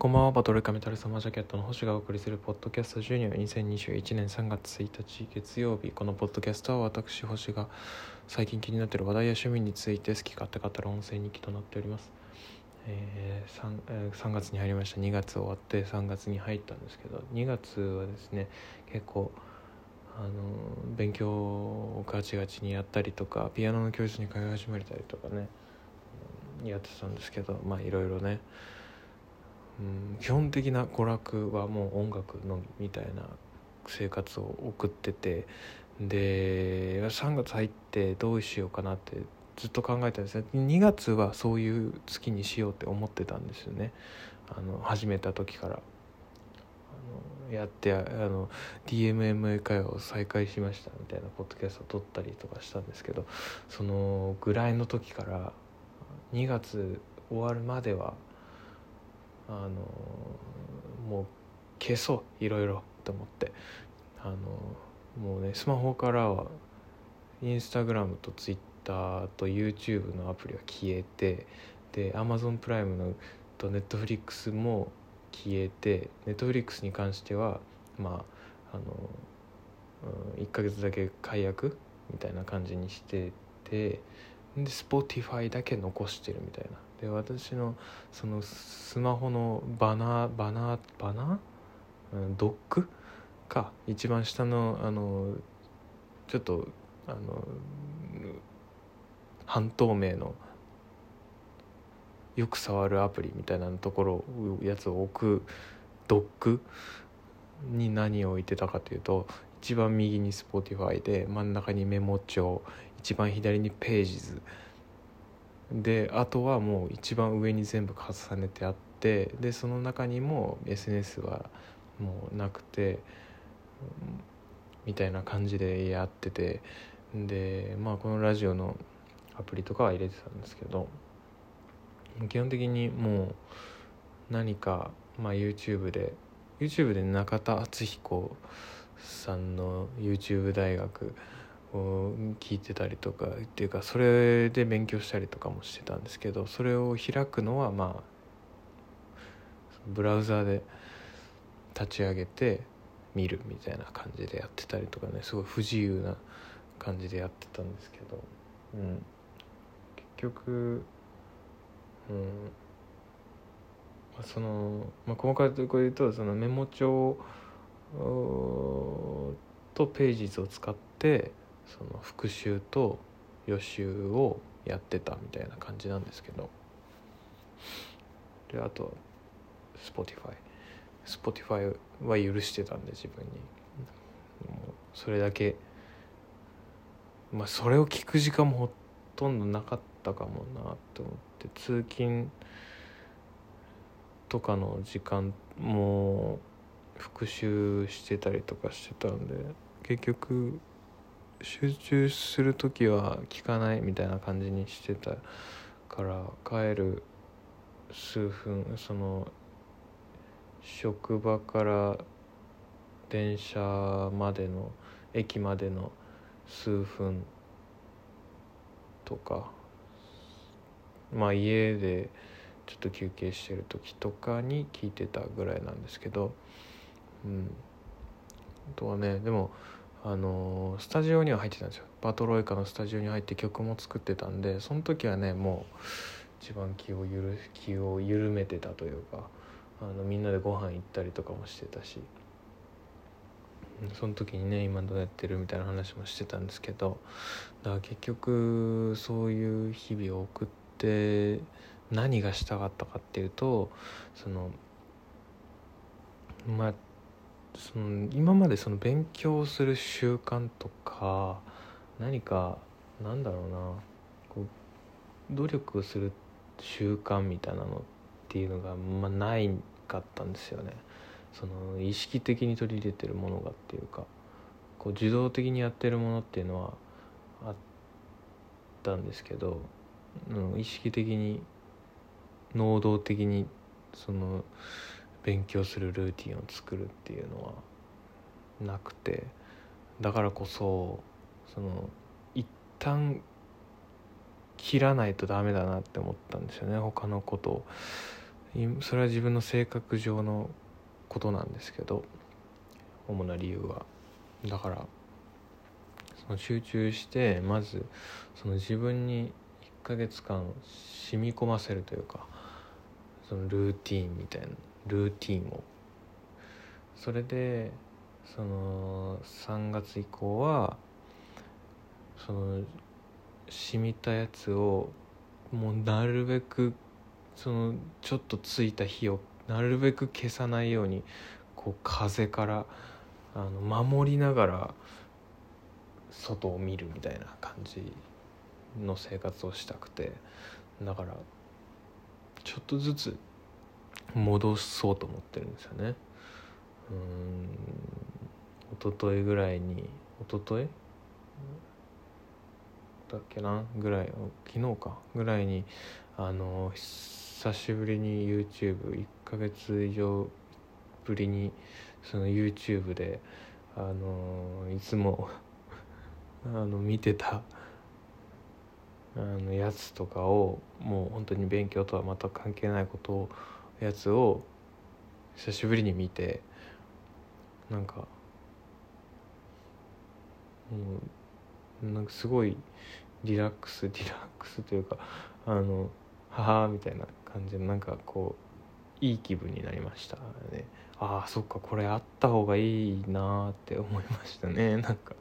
こんばんは。バトルカメタルサマージャケットの星がお送りするポッドキャストジュニア2021年3月1日月曜日。このポッドキャストは私星が最近気になっている話題や趣味について好き勝手語る音声日記となっております。3月に入りました。2月終わって3月に入ったんですけど、2月はですね、結構勉強をガチガチにやったりとか、ピアノの教室に通い始めたりとかね、やってたんですけど、いろいろね、基本的な娯楽はもう音楽のみたいな生活を送ってて、で3月入ってどうしようかなってずっと考えたんですね。2月はそういう月にしようって思ってたんですよね。始めた時からやってDMMA 会話を再開しましたみたいなポッドキャストを撮ったりとかしたんですけど、そのぐらいの時から2月終わるまではもう消そういろいろと思って、もうね、スマホからはインスタグラムとツイッターと YouTube のアプリは消えて、で Amazon プライムのと Netflix も消えて、 Netflix に関しては1ヶ月だけ解約みたいな感じにしてて、で Spotify だけ残してるみたいな。で私のそのスマホのバナー、ドックか一番下のちょっと半透明のよく触るアプリみたいなところやつを置くドックに何を置いてたかというと、一番右に Spotify で、真ん中にメモ帳、一番左にページズで、あとはもう一番上に全部重ねてあって、でその中にも SNS はもうなくて、みたいな感じでやってて、でこのラジオのアプリとかは入れてたんですけど、基本的にもう何か、YouTube で中田敦彦さんの YouTube 大学を聞いてたりとかっていうか、それで勉強したりとかもしてたんですけど、それを開くのはブラウザで立ち上げて見るみたいな感じでやってたりとかね、すごい不自由な感じでやってたんですけど、結局細かいところで言うと、そのメモ帳とページ図を使ってその復習と予習をやってたみたいな感じなんですけど、であとSpotify は許してたんで、自分にもうそれだけ、それを聞く時間もほとんどなかったかもなと思って、通勤とかの時間も復習してたりとかしてたんで、結局集中するときは聞かないみたいな感じにしてたから、帰る数分、その職場から電車までの駅までの数分とか、家でちょっと休憩してる時とかに聞いてたぐらいなんですけど、あとはね、でもスタジオには入ってたんですよ。バトロイカのスタジオに入って曲も作ってたんで、その時はね、もう一番気を緩めてたというか、みんなでご飯行ったりとかもしてたし、その時にね、今どうやってるみたいな話もしてたんですけど、だから結局そういう日々を送って何がしたかったかっていうと、今までその勉強する習慣とか、何か努力をする習慣みたいなのっていうのがないかったんですよね。その意識的に取り入れてるものがっていうか、受動的にやってるものっていうのはあったんですけど、意識的に能動的にその勉強するルーティンを作るっていうのはなくて、だからこそ一旦切らないとダメだなって思ったんですよね。他のことをそれは自分の性格上のことなんですけど、主な理由はだから、その集中してまずその自分に1ヶ月間染み込ませるというか、そのルーティンを、それでその3月以降はその染みたやつをもうなるべくそのちょっとついた火をなるべく消さないように、こう風から守りながら外を見るみたいな感じの生活をしたくて、だからちょっとずつ戻そうと思ってるんですよね。一昨日ぐらいにだっけなぐらい、昨日かぐらいに久しぶりに YouTube1 ヶ月以上ぶりにその YouTube でいつも見てたやつとかを、もう本当に勉強とは全く関係ないことをやつを久しぶりに見て、なんかなんかすごいリラックスというか、ははみたいな感じで、なんかこういい気分になりましたね。ああそっか、これあった方がいいなって思いましたね。なんか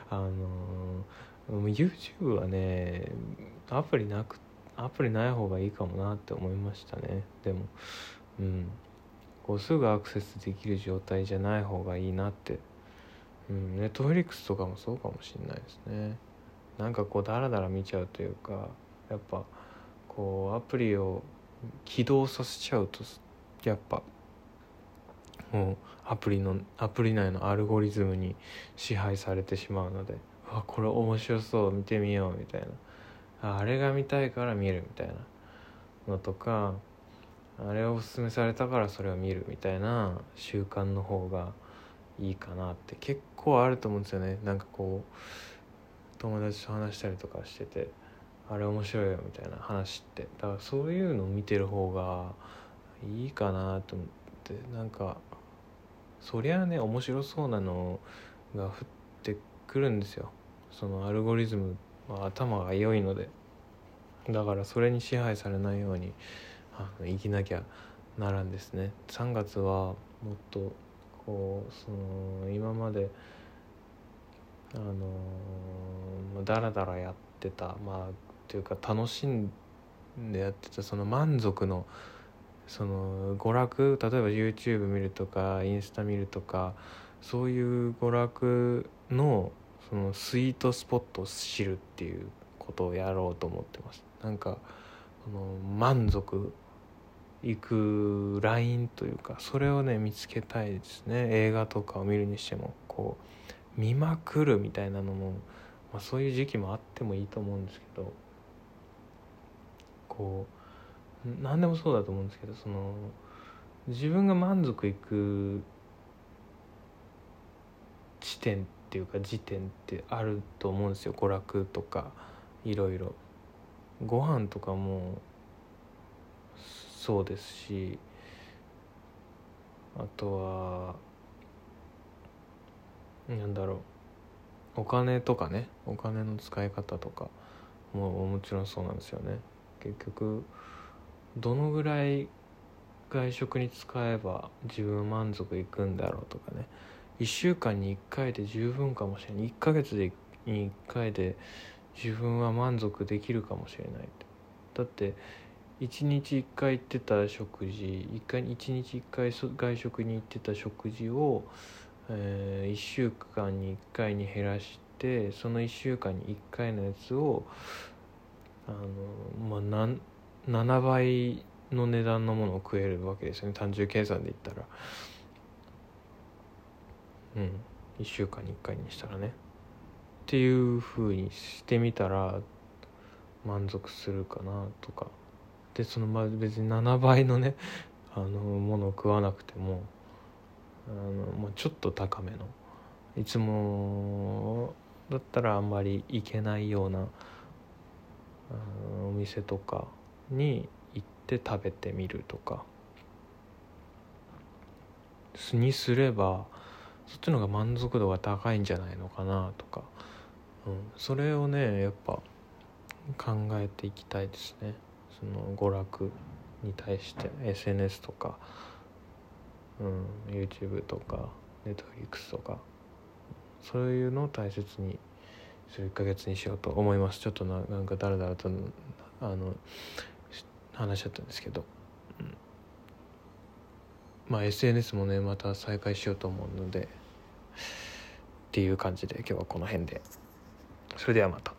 YouTube はね、アプリない方がいいかもなって思いましたね。でもこうすぐアクセスできる状態じゃない方がいいなって。Netflix とかもそうかもしれないですね。なんかこうダラダラ見ちゃうというか、やっぱこうアプリを起動させちゃうと、やっぱもうアプリ内のアルゴリズムに支配されてしまうので、これ面白そう、見てみようみたいな、あれが見たいから見るみたいなのとか、あれをおすすめされたからそれを見るみたいな習慣の方がいいかなって結構あると思うんですよね。なんかこう友達と話したりとかしてて、あれ面白いよみたいな話って、だからそういうのを見てる方がいいかなと思って、なんかそりゃあね、面白そうなのが降ってくるんですよ。そのアルゴリズムは頭が良いので、だからそれに支配されないように生きなきゃならんですね。3月はもっとこうその今までだらだらやってた、というか楽しんでやってたその満足のその娯楽、例えば YouTube 見るとかインスタ見るとか、そういう娯楽のそのスイートスポットを知るっていうことをやろうと思ってます。なんか満足いくラインというか、それをね見つけたいですね。映画とかを見るにしてもこう見まくるみたいなのも、そういう時期もあってもいいと思うんですけど、こう何でもそうだと思うんですけど、その自分が満足いく地点っていうか時点ってあると思うんですよ。娯楽とかいろいろ、ご飯とかもそうですし、あとはなんだろう、お金とかね、お金の使い方とかもちろんそうなんですよね。結局どのぐらい外食に使えば自分満足いくんだろうとかね、1週間に1回で十分かもしれない、1ヶ月に1回で自分は満足できるかもしれない。だって1日1回行ってた食事、1日1回外食に行ってた食事を、1週間に1回に減らして、その1週間に1回のやつを7倍の値段のものを食えるわけですよね、単純計算で言ったら。1週間に1回にしたらねっていう風にしてみたら満足するかなとかで、その別に7倍のねものを食わなくてもちょっと高めの、いつもだったらあんまり行けないようなお店とかに行って食べてみるとか、 にすればそっちの方が満足度が高いんじゃないのかなとか、それをねやっぱ考えていきたいですね。その娯楽に対して SNS とか、YouTube とか Netflix とかそういうのを大切にする1ヶ月にしようと思います。ちょっとなんかだらだらと話しちゃったんですけど、SNS もねまた再開しようと思うのでっていう感じで今日はこの辺で。それではまた。